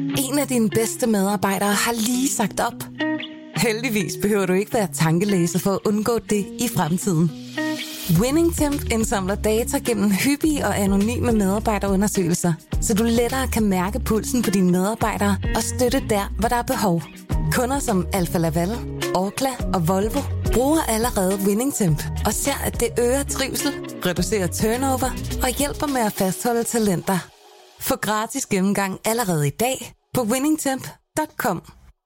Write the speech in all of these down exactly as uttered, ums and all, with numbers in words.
En af dine bedste medarbejdere har lige sagt op. Heldigvis behøver du ikke være tankelæser for at undgå det i fremtiden. WinningTemp indsamler data gennem hyppige og anonyme medarbejderundersøgelser, så du lettere kan mærke pulsen på dine medarbejdere og støtte der, hvor der er behov. Kunder som Alfa Laval, Orkla og Volvo bruger allerede WinningTemp og ser, at det øger trivsel, reducerer turnover og hjælper med at fastholde talenter. Få gratis gennemgang allerede i dag på winningtemp punktum com.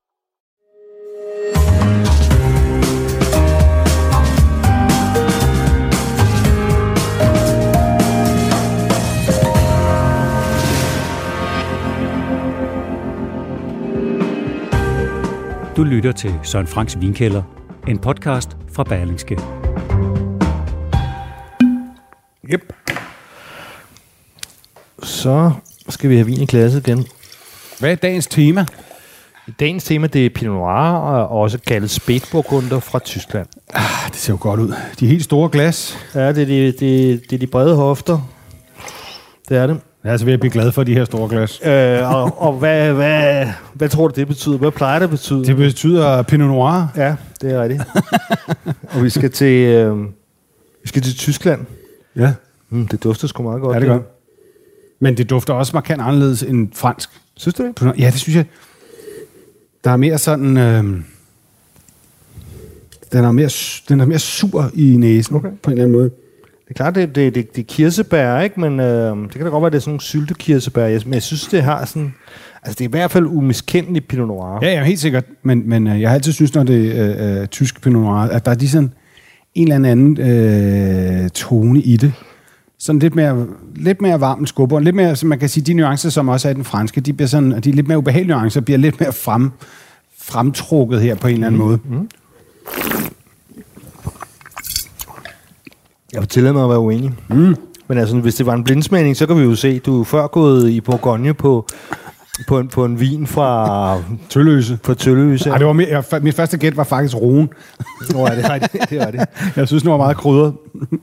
Du lytter til Søren Franks Vinkælder, en podcast fra Berlingske. Yep. Så skal vi have vin i glasset igen. Hvad er dagens tema? Dagens tema, det er Pinot Noir, og også kaldet Spätburgunder fra Tyskland. Ah, det ser jo godt ud. De helt store glas. Ja, det er de, det, det er de brede hofter. Det er det. Jeg er så ved at blive glad for de her store glas. Øh, og og hvad, hvad, hvad tror du, det betyder? Hvad plejer det at betyde? Det betyder Pinot Noir. Ja, det er rigtigt. Og vi skal til, øh, vi skal til Tyskland. Ja. Mm, det dufter sgu meget godt. Ja, det gør. Men det dufter også markant anderledes end fransk. Synes du det? Ja, det synes jeg. Der er mere sådan... Øh, den, er mere, den er mere sur i næsen, okay, på en eller anden måde. Det er klart, det, det, det, det er kirsebær, ikke? Men øh, det kan da godt være, det er sådan nogle syltekirsebær. Jeg, men jeg synes, det har sådan... Altså, det er i hvert fald umiskendeligt Pinot Noir. Ja, ja, helt sikkert. Men, men øh, jeg har altid synes, når det er øh, tysk Pinot Noir, at der er de sådan en eller anden øh, tone i det. Sådan lidt mere, lidt mere varmt skubber. Lidt mere, så man kan sige, de nuancer, som også er i den franske, de bliver sådan, de lidt mere ubehagelige nuancer, bliver lidt mere frem, fremtrukket her på en eller anden mm. måde. Mm. Jeg vil tillade mig at være uenig. Mm. Men altså, hvis det var en blindsmagning, så kan vi jo se, du er før gået i Bourgogne på, på, en, på en vin fra Tølløse. På Tølløse. Ej, det var mere, jeg, mit første gæt var faktisk Rhône. Nå, er det rigtigt? Det var det. Jeg synes, det var meget krydret.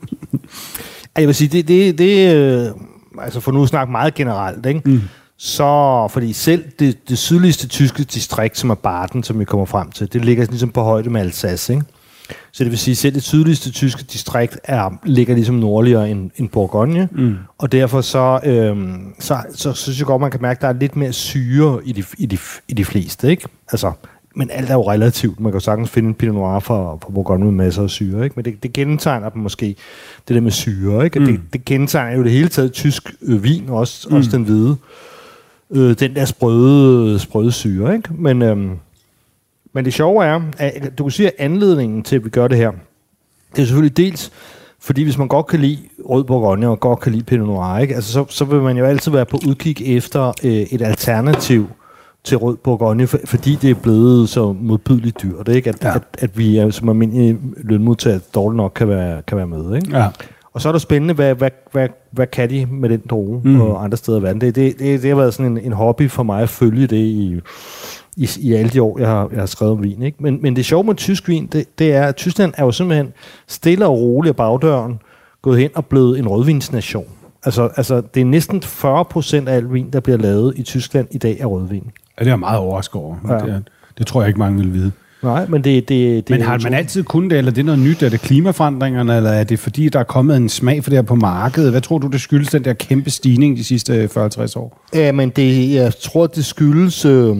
Jeg vil sige, det, det, det øh, altså for nu at snakke meget generelt, ikke? Mm. Så, fordi selv det, det sydligste tyske distrikt, som er Baden, som vi kommer frem til, det ligger ligesom på højde med Alsace, ikke? Så det vil sige, at selv det sydligste tyske distrikt er, ligger ligesom nordligere end, end Bourgogne, mm. og derfor så, øhm, så, så, så synes jeg godt, man kan mærke, at der er lidt mere syre i de, i de, i de fleste, ikke? Altså, men alt er jo relativt. Man kan jo sagtens finde en Pinot Noir fra, fra Bourgogne med masser af syre, ikke? Men det, det kendetegner dem måske, det der med syre, ikke? Mm. Det, det kendetegner jo det hele taget tysk øh, vin, også, mm. også den hvide. Øh, den der sprøde, sprøde syre, ikke? Men... Øhm, Men det sjove er, at du kan sige, at anledningen til, at vi gør det her, det er selvfølgelig dels, fordi hvis man godt kan lide rød Bourgogne og godt kan lide Pinot Noir, ikke? Altså, så, så vil man jo altid være på udkig efter øh, et alternativ til rød Bourgogne, for, fordi det er blevet så modbydeligt dyrt, ikke? At, ja. at, at vi er, som almindelige lønmodtagere dårligt nok kan være, kan være med. Ikke? Ja. Og så er det spændende, hvad, hvad, hvad, hvad kan de med den droge mm. og andre steder i verden. Det, det, det, det har været sådan en, en hobby for mig at følge det i... I, i alle de år, jeg har, jeg har skrevet om vin. Ikke? Men, men det sjove med tysk vin, det, det er, at Tyskland er jo simpelthen stille og roligt af bagdøren gået hen og blevet en rødvinsnation. Altså, altså det er næsten fyrre procent af al vin, der bliver lavet i Tyskland i dag, er rødvin. Ja, det er jeg meget overrasket over. Ja. Det, er, det tror jeg ikke, mange vil vide. Nej, men det, det, det Men har man altid kunnet det, eller er det noget nyt? Er det klimaforandringerne, eller er det fordi, der er kommet en smag for det her på markedet? Hvad tror du, det skyldes, den der kæmpe stigning de sidste fyrre til halvtreds år? Ja, men det, jeg tror, det skyldes... Øh,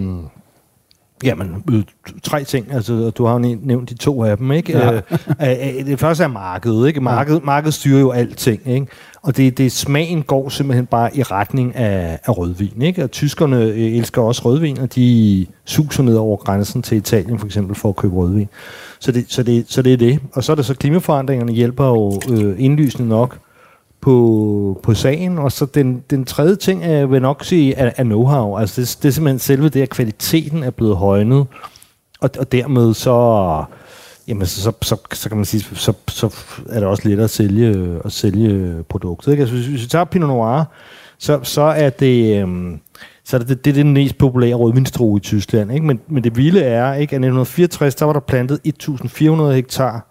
Jamen, øh, tre ting. Altså, du har jo nævnt de to af dem, ikke? Ja. Øh, øh, det første er markedet, ikke? Markedet, ja. Markedet styrer jo alting, ikke? Og det, det smagen går simpelthen bare i retning af, af rødvin, ikke? Og tyskerne øh, elsker også rødvin, og de suser ned over grænsen til Italien, for eksempel, for at købe rødvin. Så det, så det, så det er det. Og så er det så klimaforandringerne hjælper jo øh, indlysende nok på, på sagen, og så den, den tredje ting, jeg vil nok sige, er, er know-how. Altså det, det er simpelthen selve det, at kvaliteten er blevet højnet, og, og dermed så, jamen så, så, så, så kan man sige, så, så er det også lettere at sælge, at sælge produktet. Ikke? Altså hvis, hvis vi tager Pinot Noir, så, så er det... Øhm, så det, det, det er den mest populære rødvinsdrue i Tyskland. Ikke? Men, men det vilde er, ikke, at i nitten fireogtres, der var der plantet tusind fire hundrede hektar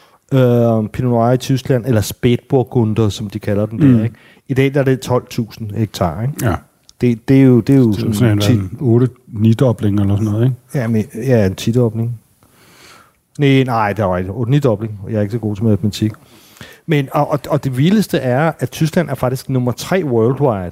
Uh, Pinot Noir i Tyskland, eller Spätburgunder, som de kalder den der, mm. ikke? I dag der er det tolv tusind hektar, ikke? Ja. Det, det er jo, det er jo sådan, sådan en otte ni-dobling eller sådan noget, ikke? Ja, men, ja en ti-dobling. Nej, nej, det var ikke otte ni-dobling. Jeg er ikke så god til matematik. Men, og, og, og det vildeste er, at Tyskland er faktisk nummer tre worldwide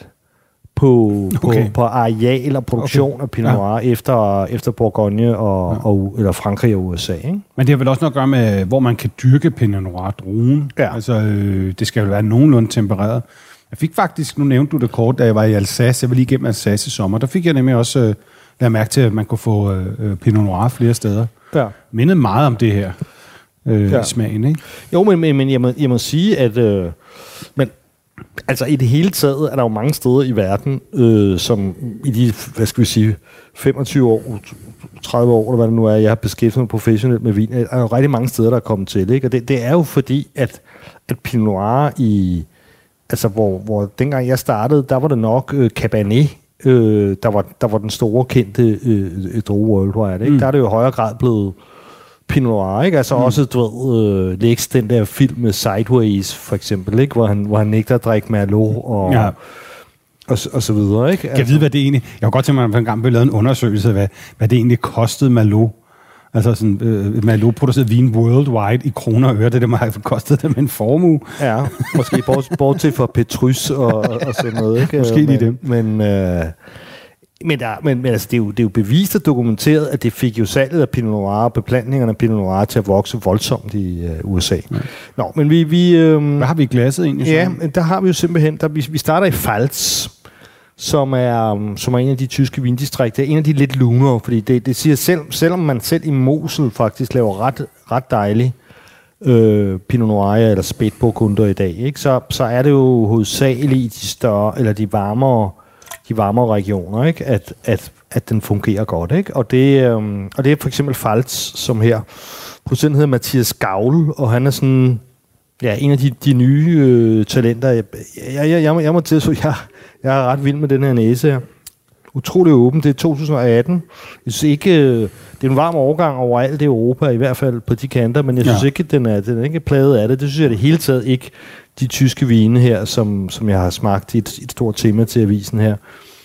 på, okay. på, på areal og produktion okay. af Pinot Noir ja. efter, efter Bourgogne og, ja. og, eller Frankrig og U S A. Ikke? Men det har vel også noget at gøre med, hvor man kan dyrke Pinot Noir-druen. Ja. Altså, øh, det skal jo være nogenlunde tempereret. Jeg fik faktisk, nu nævnte du det kort, da jeg var i Alsace. Jeg var lige igennem Alsace i sommer. Der fik jeg nemlig også øh, lavet mærke til, at man kunne få øh, Pinot Noir flere steder. Ja. Mindede meget om det her øh, ja. smagen, ikke? Jo, men, men jeg, må, jeg må sige, at øh, men, altså i det hele taget er der jo mange steder i verden, øh, som i de, hvad skal vi sige, femogtyve år, tredive år, eller hvad det nu er, jeg har beskæftiget mig professionelt med vin, er der jo rigtig mange steder, der er kommet til, ikke? Og det, det er jo fordi, at, at Pinot Noir i, altså hvor, hvor dengang jeg startede, der var det nok øh, Cabernet, øh, der, var, der var den store kendte øh, drue worldwide, ikke? Mm. Der er det jo i højere grad blevet Pinot Noir, ikke? Altså mm. også, du ved, øh, Lex, den der film med Sideways, for eksempel, ikke? Hvor han, hvor han nægter at drikke Merlot og, ja. og, og så videre, ikke? Altså, kan jeg vide, hvad det egentlig... Jeg har godt tænkt mig, at man engang blev lavet en undersøgelse af, hvad, hvad det egentlig kostede Merlot. Altså sådan, øh, Merlot produceret vin worldwide i kroner og øre, det der må have kostet dem en formue. Ja, måske bortset fra Petrus og, og sådan noget, ikke? Måske lige det. Men... Øh, Men, der, men, men altså, det, er jo, det er jo bevist og dokumenteret, at det fik jo salget af Pinot Noir og beplantningerne af Pinot Noir til at vokse voldsomt i uh, U S A. Ja. Nå, men vi... vi øhm, Hvad har vi i glasset egentlig? Ja, men der har vi jo simpelthen... Der, vi, vi starter i Pfalz, som er, um, som er en af de tyske vindistrikter. En af de lidt lunere, fordi det, det siger selv, selvom man selv i Mosel faktisk laver ret, ret dejlig øh, Pinot Noir eller Spätburgunder i dag, ikke? Så, så er det jo hovedsageligt de større, eller de varmere de varmere regioner, ikke? At, at, at den fungerer godt, ikke? Og det, øhm, og det er for eksempel Pfalz, som her. Producenten hedder Mathias Gaul, og han er sådan, ja, en af de, de nye øh, talenter. Jeg, jeg, jeg, jeg, må, jeg må til, så jeg, jeg er ret vild med den her næse her. Utrolig åben. Det er to tusind og atten. Jeg synes ikke, øh, det er en varm overgang overalt i Europa, i hvert fald på de kanter, men jeg synes ja. ikke, den er, den er ikke plaget af det. Det synes jeg det hele taget ikke. De tyske vine her, som, som jeg har smagt i et, et stort tema til avisen her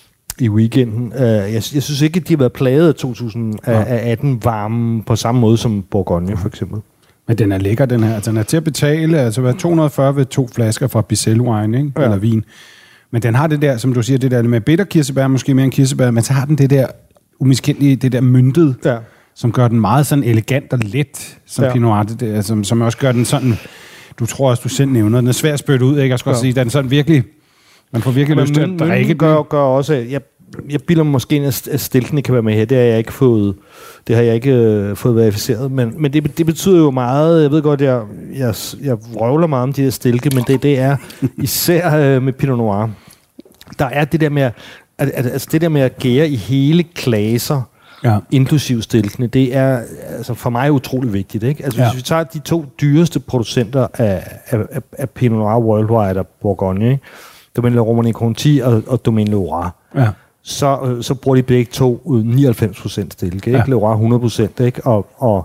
i weekenden. Uh, jeg, jeg synes ikke, at de har været plaget af to tusind og atten varme på samme måde som Bourgogne, for eksempel. Men den er lækker, den her. Den er til at betale, altså hvad, to hundrede og fyrre ved to flasker fra Bissell Wine, ikke? Ja. Eller vin. Men den har det der, som du siger, det der med bitterkirsebær, måske mere end kirsebær, men så har den det der umiskendelige, det der myntet, ja. som gør den meget sådan elegant og let, som ja. Pinot Noir, det der, som, som også gør den sådan... Du tror også, du selv nævner, den er svær at spytte ud, ikke? Jeg skal ja. sige, den er sådan virkelig... Man får virkelig men, lyst til at drikke gør, gør også... Jeg, jeg bilder måske ind, at stilkene kan være med her. Det har jeg ikke fået, det har jeg ikke øh, fået verificeret. Men, men det, det betyder jo meget... Jeg ved godt, jeg, jeg, jeg vrøvler meget om de her stilke, men det, det er især øh, med Pinot Noir. Der er det der med at, at, at, altså det der med at gære i hele klaser, ja. inklusiv stilkene, det er altså for mig utrolig vigtigt, ikke? Altså ja. hvis vi tager de to dyreste producenter af, af, af, af Pinot Noir worldwide og Bourgogne, ikke? Domaine Romanée-Conti og, og Domaine Leroy, ja. så, så bruger de begge to nioghalvfems procent stilke, ikke? Ja. Leroy hundrede procent, ikke? Og, og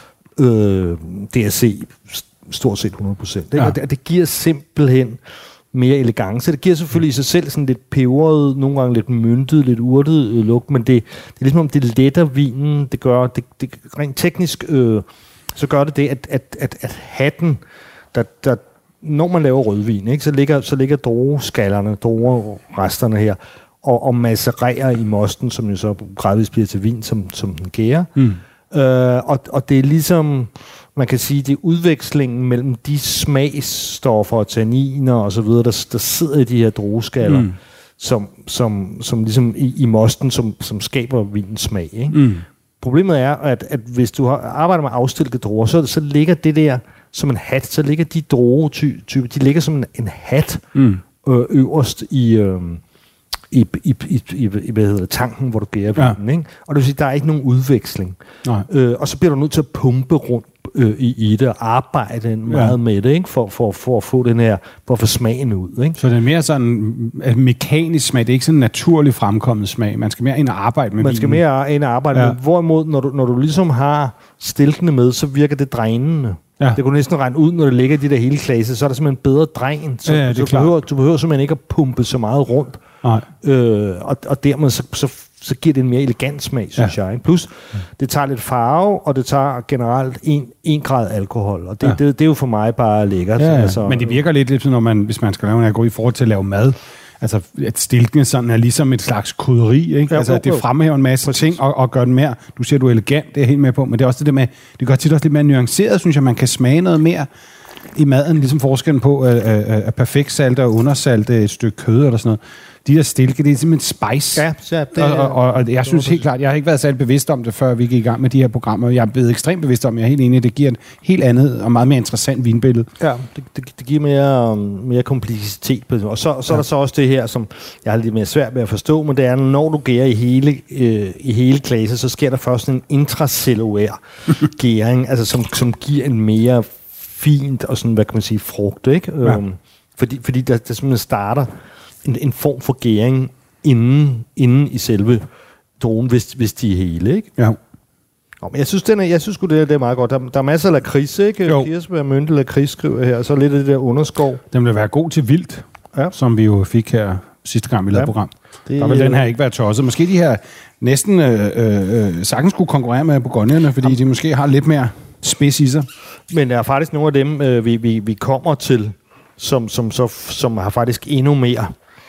øh, D S C stort set hundrede procent, ikke? Ja. Og det, det giver simpelthen mere elegance. Det giver selvfølgelig i sig selv sådan lidt peberet, nogle gange lidt myntet, lidt urtet øh, lugt, men det, det er ligesom om det letter vinen, det gør, det, det rent teknisk, øh, så gør det det, at, at, at, at hatten, der, der, når man laver rødvin, ikke, så ligger, så ligger drueskallerne, drueresterne her, og, og macererer i mosten, som jo så gradvist bliver til vin, som, som den gærer. Mm. Øh, og, og det er ligesom, man kan sige, det er udvekslingen mellem de smagsstoffer og tanniner og så videre, der, der sidder i de her drueskaller, mm. som, som, som ligesom i, i mosten, som, som skaber vinens smag, ikke? Mm. Problemet er, at, at hvis du har, arbejder med afstilkede druer, så, så ligger det der som en hat, så ligger de druetyper, de ligger som en, en hat mm. øh, øverst i... Øh, I, i, i, i, i hvad hedder det, tanken, hvor du gærer ja. vinen, ikke? Og det vil sige, der er ikke nogen udveksling. Øh, og så bliver du nødt til at pumpe rundt øh, i, i det og arbejde meget ja. med det, ikke? For, for, for at få den her, for at få smagen ud, ikke? Så det er mere sådan en mekanisk smag, det er ikke sådan en naturlig fremkommet smag. Man skal mere ind og arbejde med Man skal vinen. mere ind og arbejde ja. med. Hvorimod, når du, når du ligesom har stilkene med, så virker det drænende. Ja. Det kunne næsten regne ud, når det ligger i de der hele klasse, så er der simpelthen bedre dræn. Så, ja, ja, så du, behøver, du behøver simpelthen ikke at pumpe så meget rundt Nej. Øh, og, og dermed så, så, så giver det en mere elegant smag, synes ja. jeg. Ikke? Plus, det tager lidt farve, og det tager generelt en, en grad alkohol. Og det, ja. det, det er jo for mig bare lækkert. Ja, ja. Altså, men det virker lidt, lidt når man, hvis man skal lave en alkohol i forhold til at lave mad. Altså, at stilkene sådan er ligesom et slags krydderi, ikke? Ja, altså, at det fremhæver en masse Præcis. ting og, og gør den mere. Du siger, du er elegant, det er jeg helt med på, men det er også det der med, det gør tit også lidt mere nuanceret, synes jeg, man kan smage noget mere i maden, ligesom forskellen på at, at, at perfekt salte og undersalte et stykke kød eller sådan noget. De der stilke, det er simpelthen spice. Ja, ja det, og, og, og, og jeg synes helt klart, jeg har ikke været særlig bevidst om det, før vi gik i gang med de her programmer. Jeg er blevet ekstremt bevidst om, jeg er helt enig, det giver et helt andet og meget mere interessant vinbillede. Ja, det, det, det giver mere, mere kompleksitet på det. Og så, så ja. er der så også det her, som jeg har lidt mere svært ved at forstå, men det er, når du gærer i hele, øh, i hele klasse, så sker der først en intracellulær gæring, altså som, som giver en mere fint og sådan, hvad kan man sige, frugt, ikke? Ja. Øhm, fordi, fordi der, der simpelthen starter en, en form for gæring inden, inden i selve drogen, hvis, hvis de er hele, ikke? Ja. Nå, men jeg synes, den er, jeg synes det, er, det er meget godt. Der, der er masser af lakrids, ikke? Kirsebær, mynte, lakrids skriver her, og så lidt af det der underskov. Den vil være god til vildt, ja. som vi jo fik her sidste gang, vi lavede ja. program. Det, der vil den her ikke være tosset. Måske de her næsten øh, øh, sagtens kunne konkurrere med Bourgognerne, fordi Jamen. de måske har lidt mere spids i sig. Men der er faktisk nogle af dem, øh, vi, vi, vi kommer til, som, som, så, som har faktisk endnu mere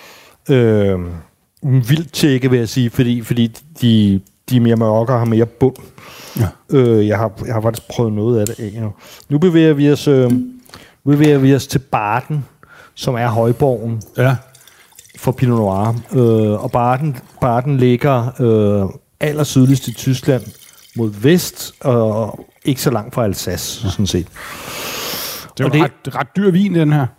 øh, vildt tjekke, vil jeg sige, fordi, fordi de, de er mere mørke og har mere bund. Ja. Øh, jeg, har, jeg har faktisk prøvet noget af det af. Ja. Nu bevæger vi os, øh, bevæger vi os til Baden, som er højborgen ja. for Pinot Noir. Øh, og Baden, Baden ligger øh, allersydligst i Tyskland mod vest, og ikke så langt fra Alsace, ja. sådan set. Det er jo ret, ret dyr vin, den her.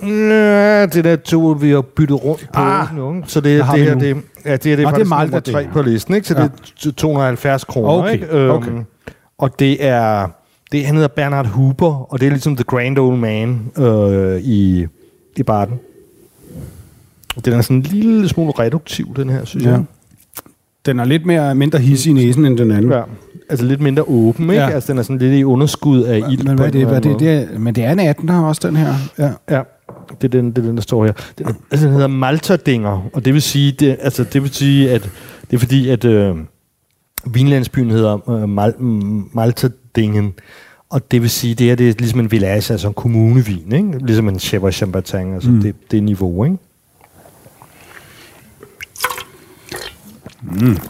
Ja, det der to, vi har byttet rundt på ah, nu. Så det, det her, det, ja, det er det, Nå, faktisk det er nummer tre på listen, ikke? Så ja. det er to hundrede og halvfjerds kroner, okay. ikke? Øhm, okay. Og det er, det, han hedder Bernhard Huber, og det er ligesom The Grand Old Man øh, i, i Baden. Den er sådan en lille smule reduktiv, den her, synes ja. jeg. Den er lidt mere, mindre hissig i næsen end den anden. Ja. Altså lidt mindre åben, ikke? Ja. Altså den er sådan lidt i underskud af ild. Men, hvad det, hvad det, det er, men det er en atten, der har også den her. Ja, ja. Det er den, det er den der står her. Den, altså den hedder Malterdinger, og det vil sige, det, altså det vil sige, at det er fordi, at øh, vinlandsbyen hedder øh, Mal, Malterdingen, og det vil sige, det her det er ligesom en village, altså en kommunevin, ikke? Ligesom en Chèvre Champagne, altså mm. det, det er niveau, ikke? Mm.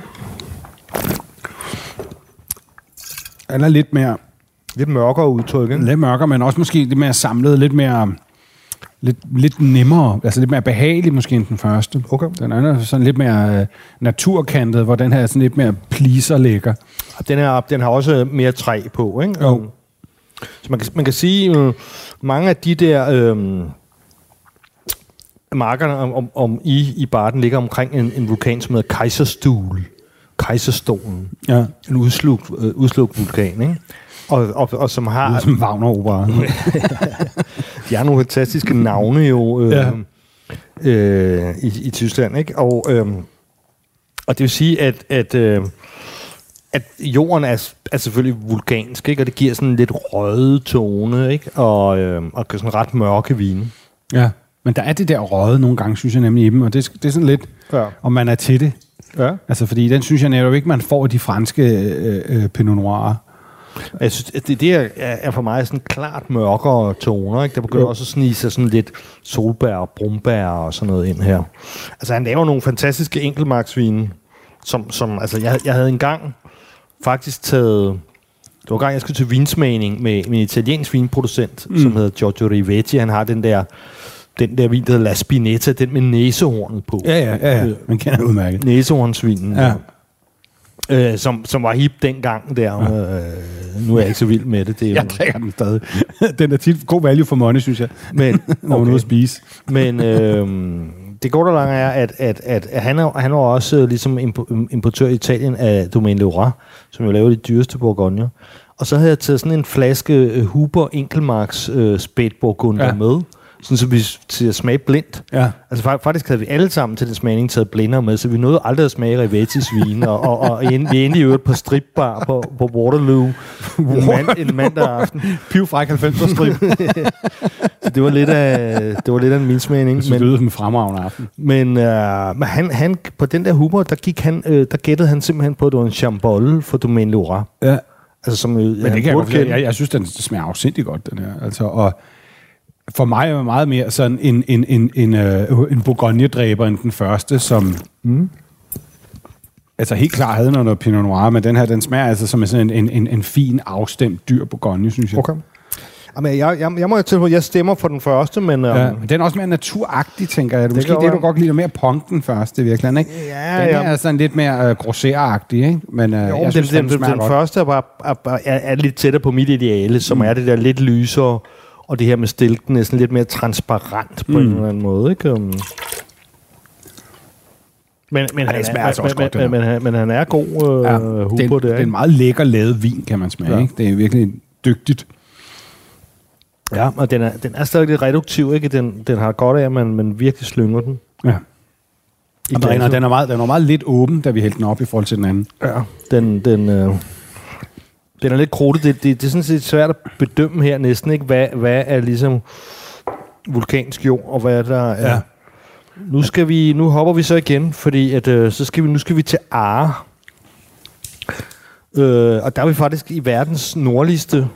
Eller lidt mere... Lidt mørkere udtryk, ikke? Lidt mørkere, men også måske lidt mere samlet, lidt mere... Lidt, lidt nemmere, altså lidt mere behagelig måske end den første. Okay. Den anden er sådan lidt mere øh, naturkantet, hvor den her er sådan lidt mere pleaser lækker. Og den her, den har også mere træ på, ikke? Jo. Så man kan, man kan sige, øh, mange af de der... Øh, markerne om, om, om i, i Baden ligger omkring en, en vulkan, som hedder Kaiserstuhl. Kaiserstolen. Ja. En udslugt, øh, udslugt vulkan, ikke? Og, og, og som har... Det er som Wagner-opera. De har nogle fantastiske navne jo øh, ja. øh, i, i Tyskland, ikke? Og, øh, og det vil sige, at, at, øh, at jorden er, er selvfølgelig vulkansk, ikke? Og det giver sådan en lidt røde tone, ikke? Og, øh, og sådan ret mørke vine. Ja. Men der er det der røde nogle gange, synes jeg nemlig i dem, og det, det er sådan lidt, ja. om man er til det. Ja. Altså, fordi den synes jeg netop ikke, man får i de franske øh, øh, Pinot Noir. Jeg synes, at det der er for mig sådan klart mørkere toner, ikke? Der begynder jo. også at snige sig sådan lidt solbær og brumbær og sådan noget ind her. Altså, han laver nogle fantastiske enkeltmarksvine, som, som altså, jeg, jeg havde engang faktisk taget... Det var gang, jeg skulle til vinsmagning med, med en italiensk vinproducent, mm. som hedder Giorgio Rivetti. Han har den der... Den der vin, der hedder La Spinetta, den med næsehornet på. Ja, ja, ja, ja. Man kender udmærket. Næsehornsvinen. Ja. Øh, som, som var hip dengang der. Ja. Øh, nu er jeg ikke så vild med det. det er jeg drikker den stadig. Den er tit god value for money, synes jeg. Men, når man okay. at spise. Men øh, det går der langt er, at, at, at, at han, er, han var også ligesom importør i Italien af Domaine Leroy, som jo laver de dyreste bourgogner. Og så havde jeg taget sådan en flaske uh, Huber Enkelmarks uh, Spætburgunder ja. med, sådan så vi til at smage blindt. Ja. Altså faktisk havde vi alle sammen til den smagning taget blinder med, så vi nåede aldrig at smage Rivetti-svin, og, og, og end, vi endte i øvrigt på stripbar på, på Waterloo en, mand, en mandag aften. Pivfræk halvfems på strip. Så det var lidt af, det var lidt af en mindsmagning. Det lyder som en fremragende aften. Men, øh, men han, han, på den der humor, der, gik han, øh, der gættede han simpelthen på, at det var en chambolle for Domaine Leroy. Ja. Altså, som, øh, Men det kan jeg godt jeg, jeg synes, den smager afsindigt godt, den her. Altså, og for mig er det meget mere sådan en, en, en, en, øh, en Bourgogne-dræber end den første, som mm. altså helt klart havde noget Pinot Noir, men den her, den smager altså som sådan en, en, en, en fin, afstemt dyr Bourgogne, synes jeg. Okay. Jamen, jeg, jeg, jeg må jo til, at jeg stemmer for den første, men... Ja, um, men den er også mere naturagtig, tænker jeg. Det er det måske det, du være. godt lide mere punk den første, virkelig, ikke? Ja, den ja. er sådan lidt mere uh, grosseragtig, ikke? Men uh, jo, jeg den, synes, den, den, den, smager den godt. første er, bare, er, er, er lidt tættere på mit ideale, som mm. er det der lidt lysere, og det her med stilken er sådan lidt mere transparent på mm. en eller anden måde, ikke? Um, men, men, Ej, han det smager er, altså også men, godt, men, men, men, men han er god uh, ja, humor den, der, det er en meget lækker lavet vin, kan man smage, ja. ikke? Det er virkelig dygtigt. Ja, og den er, den er stadig lidt reduktiv, ikke? Den, den har godt af, at man, man virkelig slynger den. Ja. I Og den, er, den, er meget, den er meget lidt åben, da vi hældte den op i forhold til den anden. Ja, den, den, øh, den er lidt krudtet. Det, det, det er sådan set svært at bedømme her næsten, ikke? Hvad, hvad er ligesom vulkansk jord, og hvad der er... Ja. Nu, skal vi, nu hopper vi så igen, fordi at, øh, så skal vi, nu skal vi til Are. Øh, og der er vi faktisk i verdens nordligste...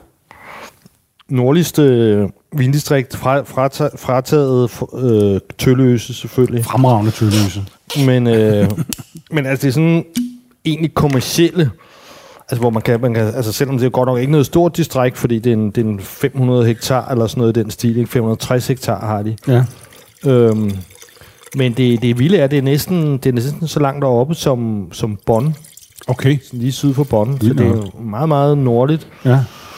nordligste vindistrikt, fra, frataget, frataget øh, Tølløse selvfølgelig. Fremragende Tølløse. Men, øh, men altså det er sådan egentlig kommercielle, altså hvor man kan, man kan, altså selvom det er godt nok ikke noget stort distrikt, fordi det er en, det er en fem hundrede hektar eller sådan noget i den stil, ikke? fem hundrede og tres hektar har de. Ja. Øhm, men det, det vilde er, det er næsten, det er næsten så langt deroppe som, som Bonn. Okay. Lige syd for Bonn, så det er jo meget, meget nordligt. Ja.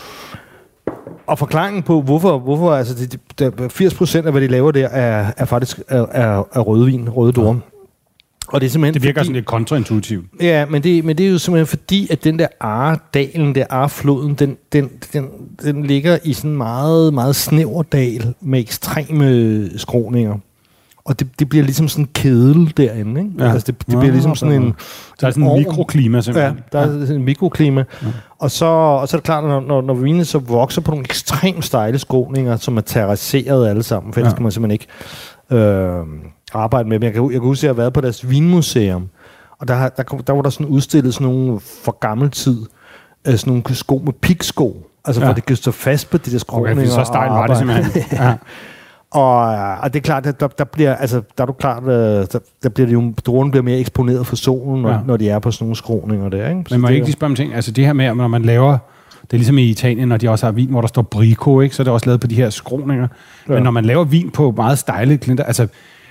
Og forklaringen på, hvorfor, hvorfor altså det, det, firs procent af, hvad de laver der, er, er faktisk er, er, er rødvin, røde dorum. Og det er simpelthen Det virker fordi, sådan lidt kontraintuitivt. Ja, men det, men det er jo simpelthen fordi, at den der Are-dalen, der Are-floden, den, den, den, den ligger i sådan en meget, meget snæver dal med ekstreme skråninger. Og det, det bliver ligesom sådan en kedel derinde, ikke? Ja. Altså det, det bliver ja, ligesom sådan en... Der er sådan en mikroklima, simpelthen. Ja, der er sådan en mikroklima. Ja. Og, så, og så er det klart, når, når, når vinen så vokser på nogle ekstremt stejle skråninger, som er terrasseret alle sammen, for ellers ja. kan man simpelthen ikke øh, arbejde med. Men jeg kan, jeg kan huske, at jeg har været på deres vinmuseum, og der, der, der var der sådan udstillet sådan nogle for gammel tid, sådan nogle sko med piksko, altså ja. for det kan stå fast på de der skråninger. Okay, så stejl var det simpelthen. Ja. Og, og det er klart, at der, der bliver, altså, der er du klart, der, der bliver det jo, dronen bliver mere eksponeret for solen, når, ja. når de er på sådan nogle skråninger der, ikke? Men må jeg ikke lige spørge om ting? Altså det her med, når man laver, det er ligesom i Italien, når de også har vin, hvor der står Brico, ikke? Så er det også lavet på de her skråninger. Ja. Men når man laver vin på meget stejle klinter, altså,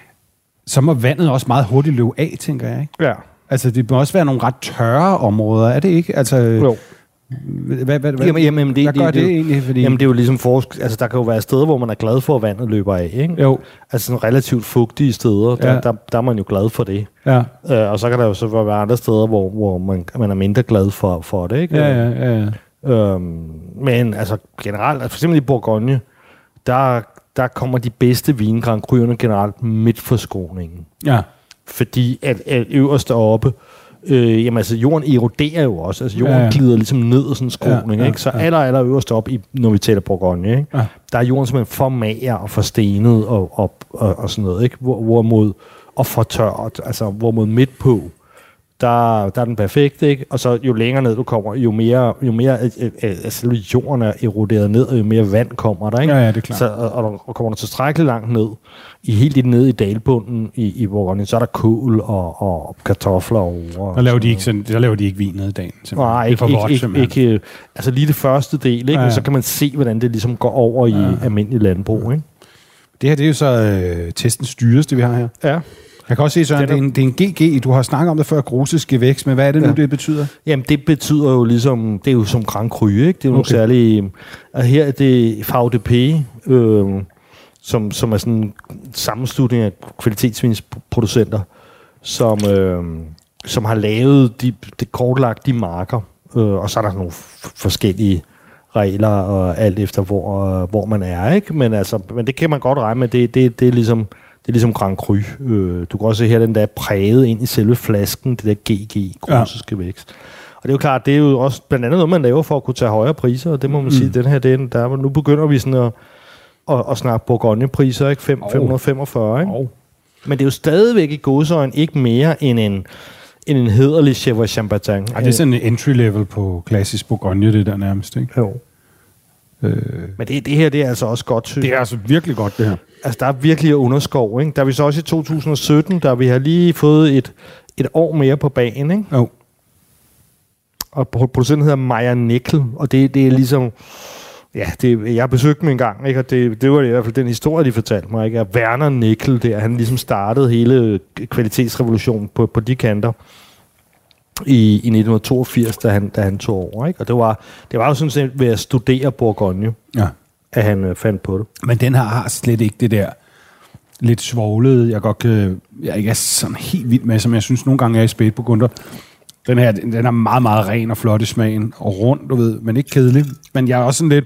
så må vandet også meget hurtigt løbe af, tænker jeg, ikke? Ja. Altså det må også være nogle ret tørre områder, er det ikke? Altså, jo. Hvad, hvad, hvad, jamen, jamen, det, hvad gør det, det, det egentlig? Fordi... Jamen det er jo ligesom forsk... Altså der kan jo være steder, hvor man er glad for, at vandet løber af, ikke? Jo. Altså sådan relativt fugtige steder, der, ja. der, der er man jo glad for det. Ja. Øh, og så kan der jo så være andre steder, hvor, hvor man, man er mindre glad for, for det, ikke? Ja, ja, ja. ja. Øhm, men altså generelt, altså for eksempel i Bourgogne, der, der kommer de bedste vine, Grand Cru'erne generelt midt for skråningen. Ja. Fordi at, at øverst deroppe, Øh, jamen altså, jorden eroderer jo også. Altså, jorden ja, ja. glider ligesom ned af sådan en skråning, ja, ja, ikke? Så aller, aller øverst op, i, når vi taler Bourgogne, ikke? Ja. Der er jorden simpelthen for mager og for stenet og, og, og, og sådan noget, ikke? Hvor, hvorimod, og for tørt, altså hvorimod midt på, der, der er den perfekte, ikke? Og så jo længere ned du kommer, jo mere, jo mere altså, jorden er eroderet ned, og jo mere vand kommer der, ikke? Ja, ja, det er klart. Så, og, og kommer du tilstrækkeligt langt ned, i helt lidt ned i dalbunden i, i Bourgogne, så er der kål og, og kartofler over. Der laver de ikke sådan, der laver de ikke vin ned i dagen. Nej, ikke, ikke, vort, ikke, ikke, altså lige det første del, ikke? Ja, ja. Men så kan man se, hvordan det ligesom går over i ja. almindelig landbrug, ikke? Det her, det er jo så øh, testens dyreste, vi har her. Ja. Jeg kan også se, Søren, det er, en, det er en G G. Du har snakket om det før, Grosses Gewächs, men hvad er det nu, ja. det betyder? Jamen, det betyder jo ligesom, det er jo som Grand Cru, ikke? Det er jo okay. nogle særlige... Og her er det F A U D P, øh, som, som er sådan en sammenslutning af kvalitetsvinsproducenter, som, øh, som har lavet de, de kortlagt de marker, øh, og så er der nogle f- forskellige regler og alt efter, hvor, hvor man er, ikke? Men, altså, men det kan man godt regne med. Det, det, det er ligesom, det er ligesom Grand Cru. Øh, du kan også se her, den der præget ind i selve flasken, det der G G, grossiske ja. vækst. Og det er jo klart, det er jo også blandt andet noget, man laver for at kunne tage højere priser, og det må man mm. sige, den her, den, der, nu begynder vi sådan at, at, at snakke Bourgogne-priser, ikke? fem hundrede og femogfyrre, ikke? Oh. Men det er jo stadigvæk i godsøjne ikke mere end en, end en hederlig Chèvre Chambertin. Ej, det er sådan en entry-level på klassisk Bourgogne, det der nærmest, ikke? Jo. Øh. Men det, det her, det er altså også godt, synes Det er altså virkelig godt, det her. Altså, der er virkelig underskov, ikke? Der er vi så også i to tusind og sytten, der vi har lige fået et, et år mere på bagen, ikke? Jo. Og producenten hedder Meyer Nickel, og det, det er ligesom... Ja, det, jeg har besøgt dem en gang, ikke? Og det, det var i hvert fald den historie, de fortalte mig, ikke? At Werner Nickel, der, han ligesom startede hele kvalitetsrevolutionen på, på de kanter i, i nitten toogfirs, da han, da han tog over, ikke? Og det var, det var jo sådan set ved at studere Bourgogne, ja. at han øh, fandt på det. Men den her har slet ikke det der lidt svoglede, jeg godt øh, jeg ikke er sådan helt vild med, som jeg synes nogle gange er i spætburgunder. Den her, den er meget, meget ren og flot i smagen, og rund, du ved, men ikke kedelig. Men jeg er også sådan lidt,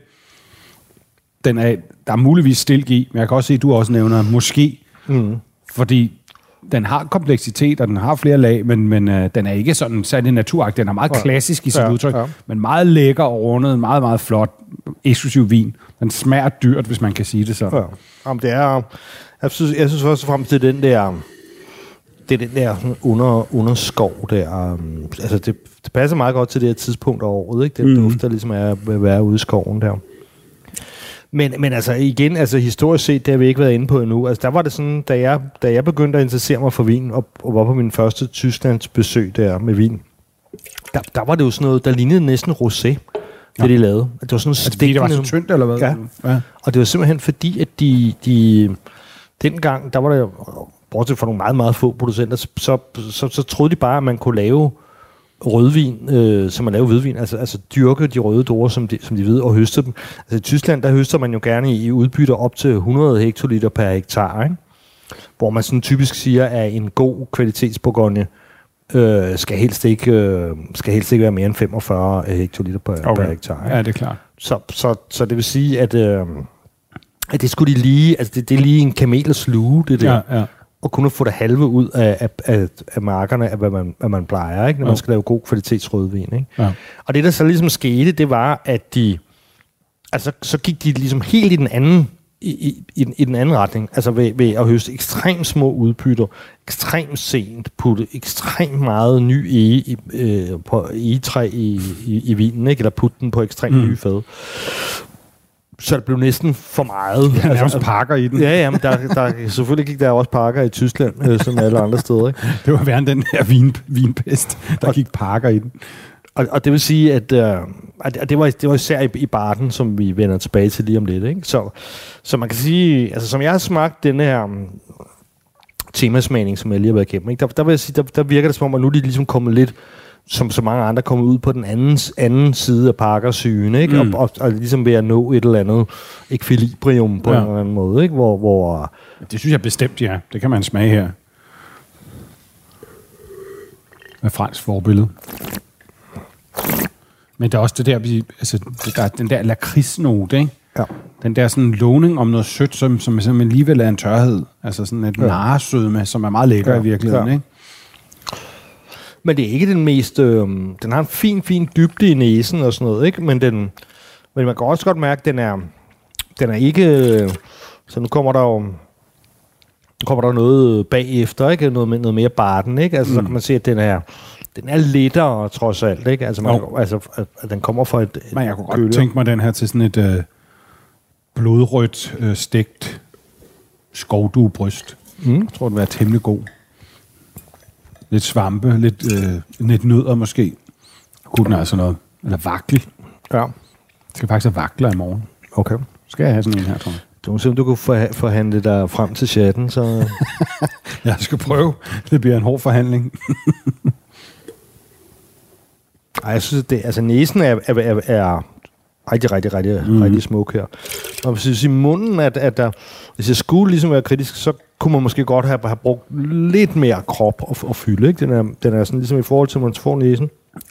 den er, der er muligvis stilk i, men jeg kan også se, at du også nævner måske, mm. fordi den har kompleksitet, og den har flere lag, men, men øh, den er ikke sådan særlig naturagtig. Den er meget ja. klassisk i sit ja, udtryk, ja. men meget lækker og rundet, meget, meget flot, eksklusiv vin. Den smager dyrt, hvis man kan sige det så. Ja. Jamen, det er, jeg synes, jeg synes først og fremmest, det er den der... Det er den der under, underskov der. Um, altså, det, det passer meget godt til det her tidspunkt af året, ikke? Den mm. duft, der ligesom er at være ude i skoven der. Men, men altså, igen, altså historisk set, det har vi ikke været inde på endnu. Altså, der var det sådan, da jeg, da jeg begyndte at interessere mig for vin, og, og var på min første Tysklands besøg der med vin, der, der var det jo sådan noget, der lignede næsten rosé, det ja. de lavede. Det var sådan altså, fordi det var så tyndt, eller hvad? Ja. ja. Og det var simpelthen fordi, at de, de dengang, der var der bortset fra nogle meget, meget få producenter, så, så, så, så troede de bare, at man kunne lave rødvin, øh, som man laver hvidvin, altså, altså dyrke de røde druer, som de, som de ved, og høste dem. Altså i Tyskland, der høster man jo gerne i, i udbytter op til hundrede hektoliter per hektar, ikke? Hvor man sådan typisk siger, at en god kvalitetsbourgogne øh, skal, helst ikke, øh, skal helst ikke være mere end femogfyrre hektoliter per, okay. per hektar. Ikke? Ja, det er klart. Så, så, så det vil sige, at, øh, at det skulle de lige, altså det, det er lige en kamel at sluge, det der. Ja, ja. Og kunne få det halve ud af, af, af, af markerne, af hvad man, hvad man plejer, ikke? Når ja. man skal lave god kvalitetsrødvin. Ikke? Ja. Og det, der så ligesom skete, det var, at de... Altså, så gik de ligesom helt i den anden, i, i, i den anden retning. Altså ved, ved at høste ekstremt små udbytter, ekstremt sent, putte ekstremt meget ny e, i, øh, på egetræ i, i, i vinen, ikke? Eller putte den på ekstremt mm. nye fad. Så det blev næsten for meget. Ja, der er også pakker i den. Ja, ja, men der, der, selvfølgelig gik der også pakker i Tyskland, øh, som alle andre steder. Ikke? Det var værre end den her vin, vinpest, der og, gik pakker i den. Og, og det vil sige, at, øh, at det, var, det var især i, i Barden, som vi vender tilbage til lige om lidt. Ikke? Så, så man kan sige, altså som jeg har smagt den her um, temasmagning, som jeg lige har været igennem, ikke? Der, der vil jeg sige, der, der virker det som om, at nu er de ligesom kommet lidt, som så mange andre kommer ud på den anden, anden side af pakkersygen, ikke? Mm. Og, og, og ligesom ved at nå et eller andet ekvilibrium på ja. en eller anden måde, ikke? Hvor, hvor det synes jeg bestemt, ja. Det kan man smage her. Med fransk forbillede. Men der er også det der, vi, altså, der er den der lakridsnote, ikke? Ja. Den der sådan lovning om noget sødt, som, som, som alligevel er en tørhed. Altså sådan et ja. naresødme, som er meget lækker ja. i virkeligheden, ja. ikke? Men det er ikke den mest... Øh, den har en fin, fin dybde i næsen og sådan noget, ikke? Men, den, men man kan også godt mærke, at den er, den er ikke... Øh, så nu kommer der jo... Nu kommer der noget bagefter, ikke? Noget, med, noget mere barden, ikke? Altså, mm. så kan man se, at den er... Den er lettere, trods alt, ikke? Altså, man, oh. altså at, at den kommer fra et... Men jeg kunne godt tænke mig den her til sådan et øh, blodrødt, øh, stegt skovduebryst. Mm. Jeg tror, det vil være temmelig god. Lidt svampe, lidt, øh, lidt nødder måske. Kunne den altså noget. Eller vakle. Ja. Det skal faktisk have vakler i morgen. Okay. Skal jeg have sådan en her, tror jeg. Du må se, om du kan forha- forhandle dig frem til chatten, så... Jeg skal prøve. Det bliver en hård forhandling. Ej, jeg synes, det, altså næsen er, er, er, er rigtig, rigtig, rigtig, mm. rigtig smuk her. Og hvis jeg siger munden, at, at der, hvis jeg skulle ligesom være kritisk, så kunne man måske godt have, have brugt lidt mere krop og, og fylde, ikke? Den er, den er sådan ligesom i forhold til, at man får næsen.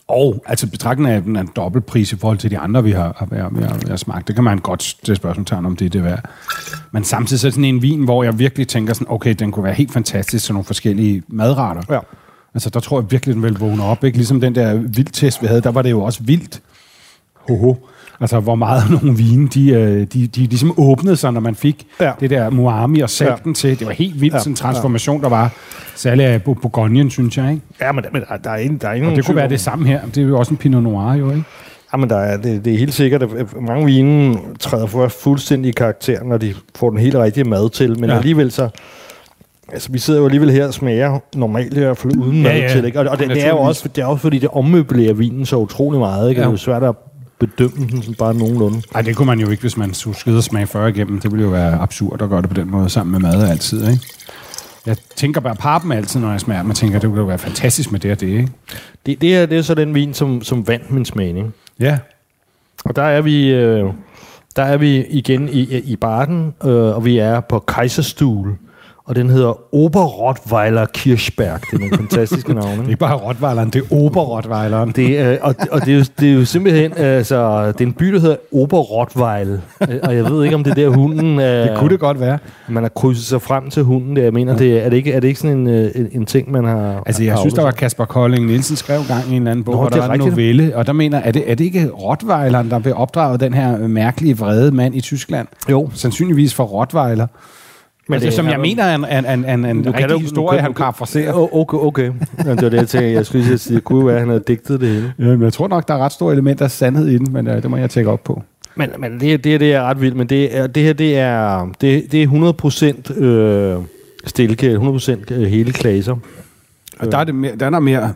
Og altså betragtningen af, at den er en dobbeltpris i forhold til de andre, vi har, vi har, vi har, vi har smagt. Det kan man godt stille spørgsmålstegn om det, det er værd. Men samtidig så er sådan en vin, hvor jeg virkelig tænker sådan, okay, den kunne være helt fantastisk til nogle forskellige madretter. Ja. Altså der tror jeg virkelig, den vil vågne op. Ikke? Ligesom den der vildtest, vi havde, der var det jo også vildt. Hoho. Altså hvor meget nogle vine, de, de, de, de ligesom åbnede sig, når man fik ja. det der Muami og salten ja. til. Det var helt vildt, ja. sådan en transformation, der var. Særligt af Bourgogne, synes jeg, ikke? Ja, men, men der er ingen... Der er ingen og det kunne være det samme her. Det er jo også en Pinot Noir, jo, ikke? Ja, men der er, det, det er helt sikkert, at mange vine træder for fuldstændig i karakter, når de får den helt rigtige mad til. Men ja. alligevel så... Altså, vi sidder jo alligevel her og smager normalt i hvert fald uden mad ja, ja. til, ikke? Og, og det, det, er jo også, det er også, fordi det ommøblerer vinen så utrolig meget, ikke? Ja. Det er jo svært at bedømme den sådan bare nogenlunde. Nej, det kunne man jo ikke, hvis man skulle smage fyrre igennem. Det ville jo være absurd at gøre det på den måde sammen med mad altid, ikke? Jeg tænker bare pappen altid, når jeg smager. Man tænker, det ville være fantastisk med det og det, ikke? Det, det, er, det er så den vin, som, som vandt min smagning. Ja. Og der er vi, øh, der er vi igen i, i Baden, øh, og vi er på Kaiserstuhl. Og den hedder Oberrottweiler Kirchberg. Det er nogle fantastiske navne. Det er ikke bare Rottweileren, det er Oberrottweileren. Det, øh, og og det, er jo, det er jo simpelthen... Altså, det er en by, der hedder Oberrottweil. Og jeg ved ikke, om det der hunden... Øh, det kunne det godt være. Man har krydset sig frem til hunden. Der. Jeg mener, ja. det, er, det ikke, er det ikke sådan en, en, en ting, man har... Altså, jeg har synes, der var Kasper Kolding Nielsen skrev gang i en eller anden bog, Nå, og der var en novelle. Og der mener, er det, er det ikke Rottweileren, der blev opdraget den her mærkelige, vrede mand i Tyskland? Jo. Sandsynligvis for Rottweiler. Men altså, det, som jeg mener er en, en, en, en rigtig du, historie, du, han parafraserer. Okay, okay. Men det var det, jeg tænkte. Jeg skulle sige, det kunne være, at han havde digtet det hele. Ja, men jeg tror nok, der er ret store elementer af sandhed i den, men uh, det må jeg tjekke op på. Men, men det, det, det er ret vildt, men det, er, det her, det er, det, det er hundrede procent øh, stilke, hundrede procent hele klaser. Og der er, det mere, der er der mere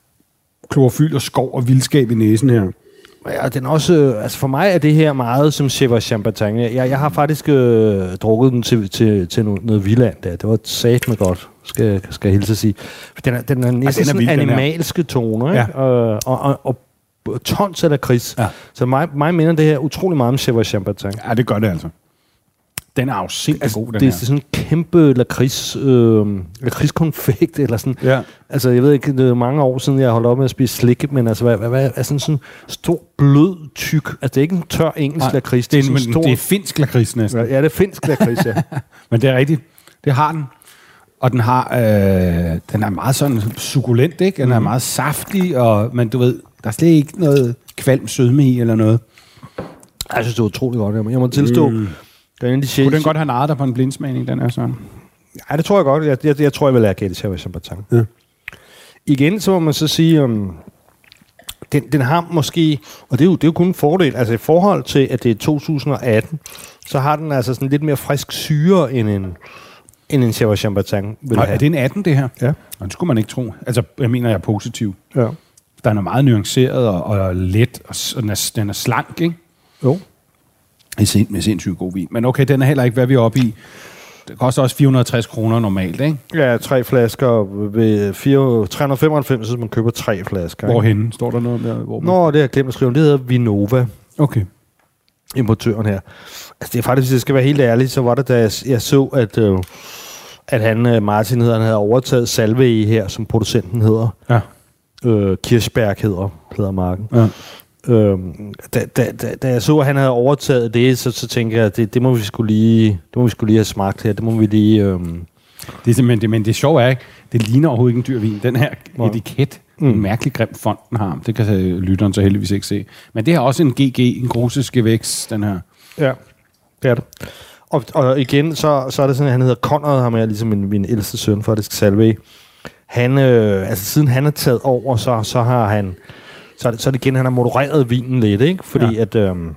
klorofyl og skov og vildskab i næsen her. Ja, den også, altså for mig er det her meget som Chèvre Champagne. Jeg, jeg har faktisk øh, drukket den til, til, til noget, noget Viland der. Det var satme godt, skal, skal jeg hilse at sige. Den er, den er næsten sådan animalske toner, ikke? Ja. Og, og, og, og tons af lakrids. Ja. Så mig, mig minder det her utrolig meget om Chèvre Champagne. Ja, det gør det altså. Den er jo sindssygt altså, god, den det her. Det er sådan en kæmpe lakrids, øh, lakridskonfekt, eller sådan. Ja. Altså, jeg ved ikke, det er mange år siden, jeg holdt op med at spise slik, men altså, hvad, hvad, hvad er sådan sådan stor, blød, tyk, altså det er ikke en tør engelsk lakrids. Det, det, stor... det er finsk lakrids næsten. Ja, det er finsk lakrids, ja. Men det er rigtigt. Det har den. Og den har, øh, den er meget sådan sukulent, ikke? Den mm. er meget saftig, og, men du ved, der er slet ikke noget kvalm sødme i, eller noget. Jeg synes, det er utroligt godt. Jeg må tilstå, mm. Den Kunne den godt have naret dig på en blindsmagning, den er sådan? Ja, det tror jeg godt. Jeg, jeg, jeg tror, jeg vil lære gætte Chèvre Champagne. Ja. Igen, så må man så sige, um, den, den har måske, og det er, jo, det er jo kun en fordel, altså i forhold til, at det er to tusind atten, så har den altså sådan lidt mere frisk syre end en, end en Chèvre Champagne. Og er det en atten, det her? Ja. Og det skulle man ikke tro. Altså, jeg mener, jeg er positiv. Ja. Den er meget nuanceret og, og let, og den er, den er slank, ikke? Jo. Med, med sindssygt god vin. Men okay, den er heller ikke, hvad vi er oppe i. Det koster også fire hundrede og tres kroner normalt, ikke? Ja, tre flasker ved tre hundrede og femoghalvfems, hvis man køber tre flasker. Hvorhenne? Står der noget med? Hvor man... Nå, det har jeg glemt at skrive. Det hedder Vinova. Okay. Importøren her. Altså, det er faktisk, hvis jeg skal være helt ærlig, så var det, da jeg, jeg så, at, øh, at han, Martin hedder, han havde overtaget Salve her, som producenten hedder. Ja. Øh, Kirchberg hedder, hedder marken. Ja. Øhm, da, da, da, da jeg så, at han havde overtaget det, så, så tænker jeg, at det, det må vi skulle lige, det må vi skulle lige have smagt her. Det må vi lige... Øhm... Det er simpelthen det, men det sjove er ikke, det ligner overhovedet ikke en dyr vin. Den her ja. etiket, mm. en mærkelig grim fond, den har. Det kan lytteren så heldigvis ikke se. Men det har også en G G, en grusesgevæks, den her. Ja, det er det. Og, og igen, så, så er det sådan, at han hedder Conrad, ham er ligesom min, min ældste søn, faktisk Salve. Han, øh, altså siden han er taget over, så, så har han... Så er, det, så er det igen, han har modereret vinen lidt, ikke? Fordi ja. at, øhm,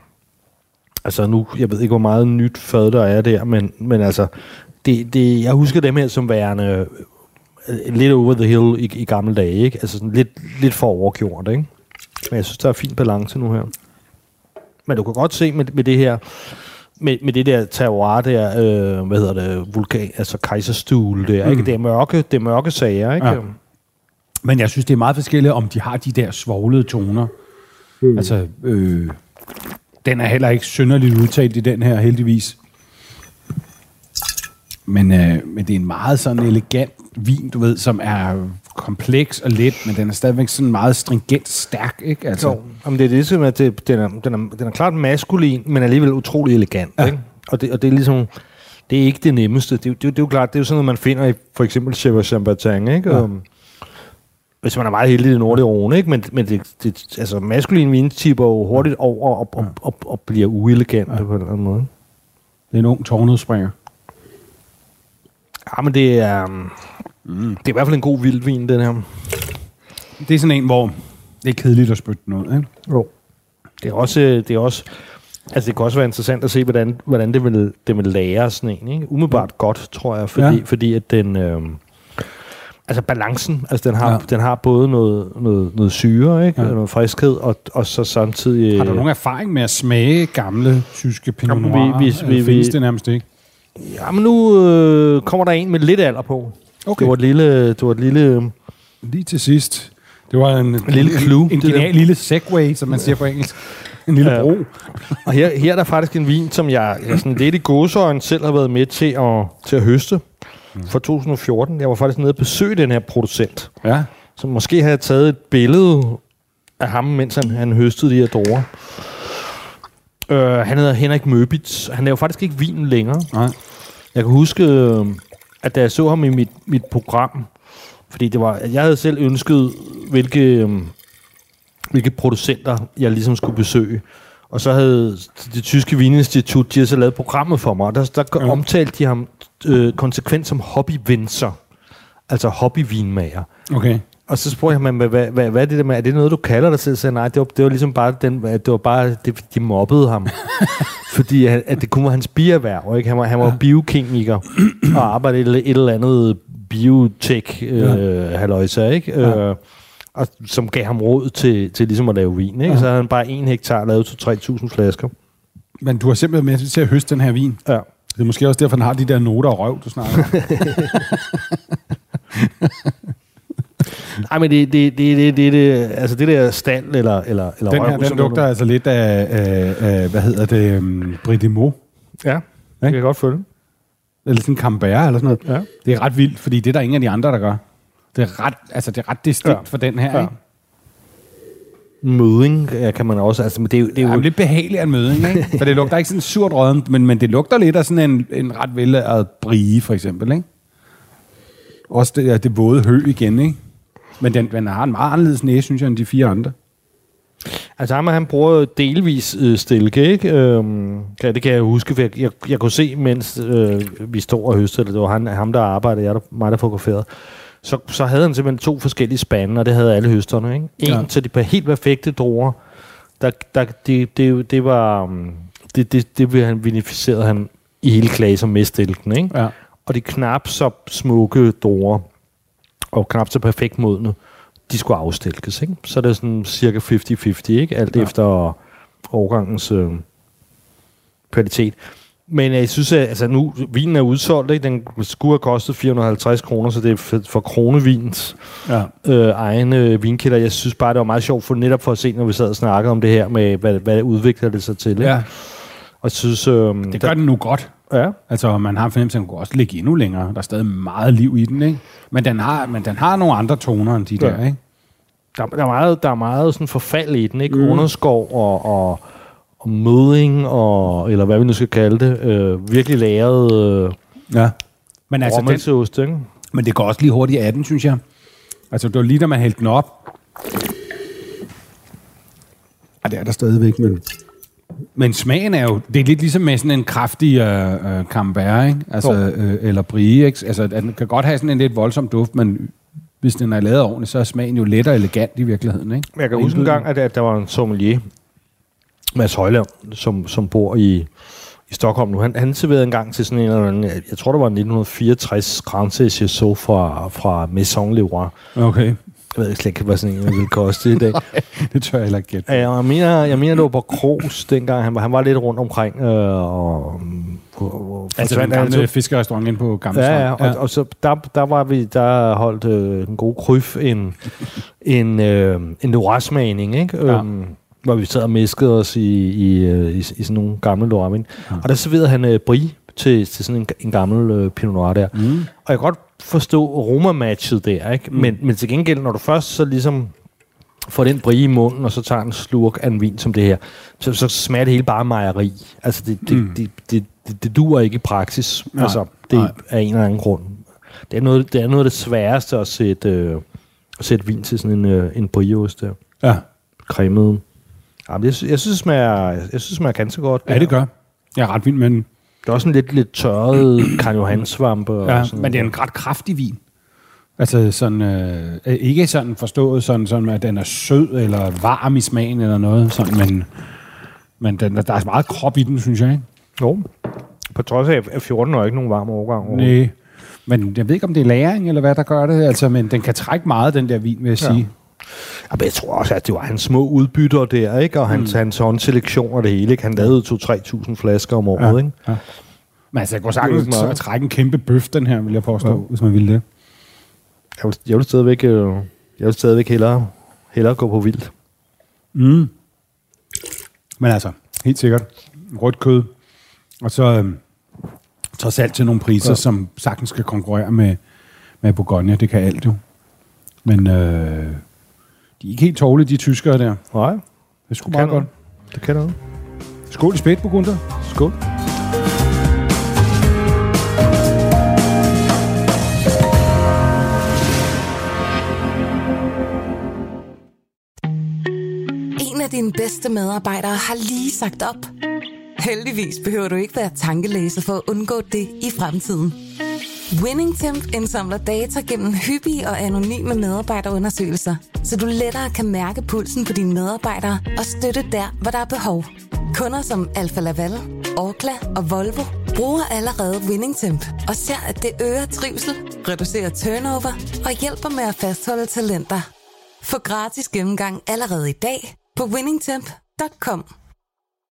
altså nu, jeg ved ikke, hvor meget nyt fad der er der, men, men altså, det, det, jeg husker dem her som værende øh, lidt over the hill i, i gamle dage, ikke? Altså sådan lidt, lidt for overgjort, ikke? Men jeg synes, der er fin balance nu her. Men du kan godt se med, med det her, med, med det der terroir der, øh, hvad hedder det, vulkan, altså Kaiserstuhl der, mm. ikke? Det er mørke, det er mørke sager, ikke? Ja. Men jeg synes, det er meget forskelligt, om de har de der svoglede toner. Mm. Altså, øh, den er heller ikke synderligt udtalt i den her, heldigvis. Men, øh, men det er en meget sådan elegant vin, du ved, som er kompleks og let, men den er stadigvæk sådan meget stringent stærk, ikke? Altså. Jo, jamen det er det, som at det, den, er, den, er, den er klart maskulin, men alligevel utrolig elegant, ja. Ikke? Og det, og det er ligesom, det er ikke det nemmeste. Det, det, det, det er jo klart, det er jo sådan noget, man finder i for eksempel Chèvre Chambertin, ikke? Ja. Um, hvis man er meget heldig i det nordlige Rhône, ikke? Men, men det, det, altså, maskulin vin tipper jo hurtigt over og, og, og, og bliver uelegant ja. På en eller anden måde. Det er en ung tårnudspringer. Ja, men det er, mm. det er i hvert fald en god vildvin, den her. Det er sådan en, hvor det er kedeligt at spytte den ud, ikke? Jo. Det er også, det er også, altså det kan også være interessant at se, hvordan, hvordan det vil, det vil lære sådan en, ikke? Umiddelbart mm. godt, tror jeg, fordi, ja. fordi at den, øh, altså balancen, altså den har, ja. den har både noget, noget, noget syre, ikke? Ja. Noget friskhed, og, og så samtidig... Har du nogen erfaring med at smage gamle tyske Pinot Noir? Vi, vi, vi, Findes det nærmest ikke? Ja, men nu øh, kommer der en med lidt alder på. Okay. Det var et lille... Det var et lille lige til sidst. Det var en, en lille clue. En, en genial lille segway, som man siger på engelsk. En lille bro. Og her, her er der faktisk en vin, som jeg, jeg sådan lidt i gåseøjne selv har været med til at, til at høste mm. for to tusind og fjorten. Jeg var faktisk nede og besøge den her producent. Ja. Som måske havde taget et billede af ham, mens han, han høstede de her druer. Uh, han hedder Henrik Møbitz. Han laver faktisk ikke vinen længere. Nej. Jeg kan huske, at da jeg så ham i mit, mit program, fordi det var, jeg havde selv ønsket, hvilke, hvilke producenter jeg ligesom skulle besøge. Og så havde det tyske vininstitut, de havde så lavet programmet for mig, og der, der ja. omtalte de ham øh, konsekvent som hobbyvinser. Altså hobbyvinmager. Okay. Og så spurgte jeg ham, hvad, hvad, hvad, hvad er det der med? Er det noget, du kalder dig selv? Så nej, det var, det var ligesom bare, den, det var bare det, de mobbede ham. Fordi at, at det kunne være hans bierhverv, ikke? Han var, han var ja. biokemiker og arbejdede et, et eller andet biotech-halløjse, øh, ikke? Ja. Øh, og som gav ham råd til, til ligesom at lave vin, ikke? Ja. Så havde han bare en hektar lavet til tre tusind flasker. Men du har simpelthen med til at høste den her vin? Ja. Det er måske også derfor, han har de der noter og røv, du snakker. Nej, men det, det, det, det, det, det, altså det der stald eller, eller, eller den her, røv, den lugter altså lidt af, af, af, hvad hedder det, um, Brie de Meaux. Ja, det kan jeg godt følge. Eller sådan en Cambert eller sådan noget. Ja. Det er ret vildt, fordi det er der ingen af de andre, der gør. Det er ret, altså det er ret distinkt ja. for den her, ja. ikke? Møding ja, kan man også, altså, men det er jo... Det er jo ja, lidt behageligt af møding, ikke? For det lugter ikke sådan surt rødent, men, men det lugter lidt af sådan en, en ret vellaget brie, for eksempel, ikke? Også det, ja, det våde hø igen, ikke? Men den, den har en meget anderledes næse, synes jeg, end de fire andre. Altså ham, han bruger delvis øh, stilke, ikke? Øhm, ja, det kan jeg huske, for jeg, jeg, jeg kunne se, mens øh, vi stod og høstede, det var han, ham, der arbejdede, jeg der, mig, der fotograferede. Så, så havde han simpelthen to forskellige spande, og det havde alle høsterne, ikke? En ja. til de helt perfekte druer, der, der, det, det, det var... Det, det, det han vinificerede han i hele klaser med stilken, ikke? Ja. Og de knap så smukke druer, og knap så perfekt modne, de skulle afstilkes, ikke? Så det er sådan cirka halvtreds halvtreds, ikke? Alt ja. efter årgangens øh, kvalitet. Men jeg synes, at altså, nu, vinen er udsolgt, ikke? Den skulle have kostet fire hundrede og halvtreds kroner, så det er for, for Kronevins ja. øh, egne vinkilder. Jeg synes bare, det var meget sjovt, for netop for at se, når vi sad og snakkede om det her med, hvad, hvad udvikler det sig til, ikke? Ja. Og jeg synes... Øh, det gør der, den nu godt. Ja. Altså, man har en fornemmelse, at den kunne også ligge endnu længere. Der er stadig meget liv i den, ikke? Men den har, men den har nogle andre toner end de ja. der, ikke? Der, der er meget, der er meget sådan forfald i den, ikke? Mm. Underskov og, og, og møding, og, eller hvad vi nu skal kalde det. Øh, virkelig lagret øh, ja. Men altså råmælseost, ikke? Men det går også lige hurtigt af den, synes jeg. Altså, det var lige, da man hældte den op. Ja, det er der stadigvæk, men... Men smagen er jo... Det er lidt ligesom med sådan en kraftig øh, øh, Cambert, ikke? Altså, øh, eller Brie, ikke? Altså, den kan godt have sådan en lidt voldsom duft, men hvis den er lavet ordentligt, så er smagen jo let og elegant i virkeligheden, ikke? Jeg kan huske en gang, at, at der var en sommelier, Mads Højland, som, som bor i, i Stockholm nu. Han, han serverede en gang til sådan en eller anden... Jeg tror, det var nitten fireogtres Grand Chasseau fra, fra Maison Leroy. Okay. Jeg ved ikke slet ikke, hvad sådan en ville koste i dag. Det tør jeg heller ikke gætte. Ja, jeg mener, jeg mener, det var på Kroos dengang. Han var, han var lidt rundt omkring. Øh, og, og, altså den gamle fiskerestaurant inde på Gamle Ja, ja, og, ja. og så der, der var vi, der holdt øh, en god kryf, en, en, øh, en Loire-smagning, ikke? Ja. Øhm, hvor vi sad og mæskede os i, i, i, i sådan nogle gamle Loire-vin. Ja. Og der serverede han øh, Brie til, til sådan en, en gammel øh, Pinot Noir der. Mm. Og jeg kan godt forstå Roma-matchet der, ikke? Mm. Men, men til gengæld, når du først så ligesom får den brie i munden, og så tager en slurk af en vin som det her, så, så smager det hele bare mejeri. Altså, det, det, mm. det, det, det, det duer ikke i praksis. Nej, altså, det nej. er en eller anden grund. Det er noget, det er noget af det sværeste at sætte, øh, at sætte vin til sådan en, øh, en brieost der. Ja. Cremet. Ja, jeg, jeg synes, det smager, jeg synes, det smager ganske godt. Ja, det gør. Jeg er ret vild med den. Det er også en lidt, lidt tørret Carl-Johan-svampe. Ja, og sådan men det er en ret kraftig vin. Altså sådan, øh, ikke sådan forstået, sådan, sådan, at den er sød eller varm i smagen eller noget, sådan, men, men den, der er meget krop i den, synes jeg, ikke? Jo. På trods af, at fjorten er ikke nogen varm overgang. Nej, men jeg ved ikke, om det er lagring eller hvad, der gør det. Altså, men den kan trække meget, den der vin, vil jeg ja. sige. Ja, men jeg tror også, at det var hans små udbytter der, ikke? Og hans, mm. hans håndselektion og det hele, ikke? Han lavede to til tre tusind flasker om året, ja. ikke? Ja. Men altså, jeg går sagtens at trække en kæmpe bøf, den her, vil jeg påstå, ja. hvis man ville det. Jeg vil, jeg vil stadigvæk, øh, jeg vil stadigvæk hellere, hellere gå på vildt. Mm. Men altså, helt sikkert, rødt kød, og så øh, trods alt til nogle priser, ja. som sagtens skal konkurrere med, med Bourgogne. Det kan alt jo. Men øh, de er ikke helt tårlige, de tyskere der. Nej. Det er sgu meget godt. Det kan noget. Skål i spæt, Burgunder. Skål. En af dine bedste medarbejdere har lige sagt op. Heldigvis behøver du ikke være tankelæser for at undgå det i fremtiden. WinningTemp indsamler data gennem hyppige og anonyme medarbejderundersøgelser, så du lettere kan mærke pulsen på dine medarbejdere og støtte der, hvor der er behov. Kunder som Alfa Laval, Orkla og Volvo bruger allerede WinningTemp og ser, at det øger trivsel, reducerer turnover og hjælper med at fastholde talenter. Få gratis gennemgang allerede i dag på winningtemp punktum com.